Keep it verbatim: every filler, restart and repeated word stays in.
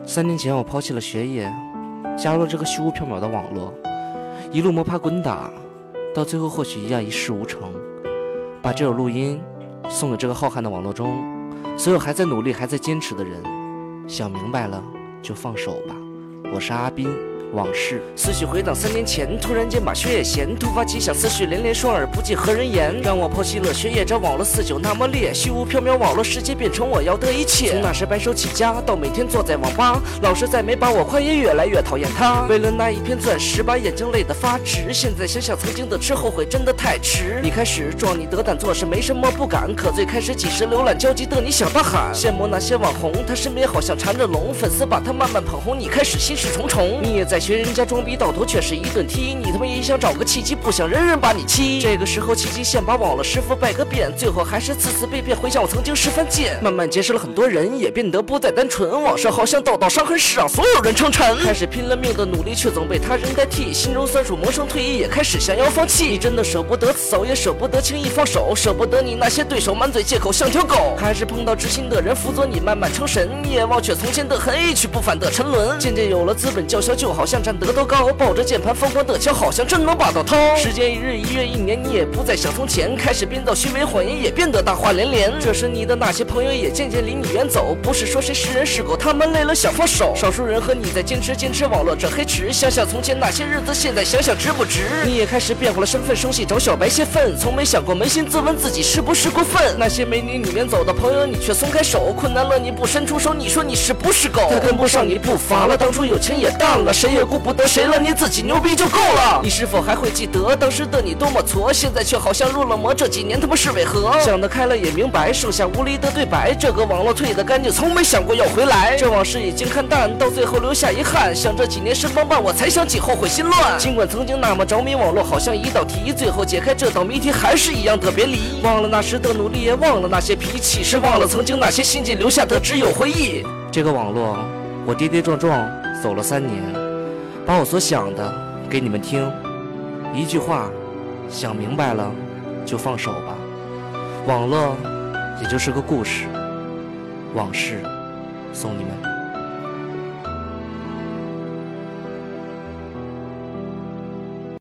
三年前我抛弃了学业，加入了这个虚无缥缈的网络，一路摸爬滚打，到最后或许一样一事无成。把这首录音送给这个浩瀚的网络中所有还在努力还在坚持的人，想明白了就放手吧。我是阿斌，往事思绪回荡三年前，突然间把学业闲，突发奇想，思绪连连，双耳不记何人言，让我抛弃了学业，这网络四九那么烈，虚无缥缈网络世界变成我要的一切。从那时白手起家到每天坐在网吧，老师再没把我夸也越来越讨厌他。为了那一片钻石把眼睛累得发直，现在想想曾经的吃后悔真的太迟。一开始壮你得胆做事没什么不敢，可最开始几时浏览焦急的你想大喊，羡慕那些网红，他身边好像缠着龙，粉丝把他慢慢捧红，你开始心事重重。你也在学人家装逼，到头却是一顿踢，你他妈也想找个契机，不想人人把你欺。这个时候契机先把网络师傅拜个遍，最后还是次次被骗，回想我曾经示范剑，慢慢结识了很多人，也变得不再单纯，网上好像道道伤痕是让所有人称臣，开始拼了命的努力，却总被他人代替，心中酸楚萌生退意，也开始想要放弃。你真的舍不得走，也舍不得轻易放手，舍不得你那些对手满嘴借口像条狗，还是碰到知心的人辅佐你慢慢成神，你也忘却从前的恨，一去不返的沉沦。渐渐有了资本叫嚣，就好像站得多高，抱着键盘疯狂的敲，好像真能把到掏。时间一日一月一年，你也不再像从前，开始编造虚伪谎言，也变得大话连连。这时你的那些朋友也渐渐离你远走，不是说谁是人是狗，他们累了想放手。少数人和你在坚持坚持网络这黑池，想想从前那些日子，现在想想值不值。你也开始变化了身份，生气找小白泄愤，从没想过扪心自问自己是不是过分。那些没离你远走的朋友，你却松开手，困难了你不伸出手，你说你是不是狗？他跟不上你步伐了，当初友情也淡了，谁也顾不得谁了，你自己牛逼就够了。你是否还会记得当时的你多么挫，现在却好像入了魔，这几年他妈是为何？想得开了也明白，剩下无力的对白，这个网络退得干净，从没想过要回来。这往事已经看淡，到最后留下遗憾，想这几年身帮伴，我才想起后悔心乱。尽管曾经那么着迷网络，好像一道题，最后解开这道谜题还是一样的别离。忘了那时的努力，也忘了那些脾气，是忘了曾经那些心迹，留下的只有回忆。这个网络我跌跌撞撞走了三年，把我所想的给你们听，一句话，想明白了就放手吧。网络也就是个故事，往事送你们。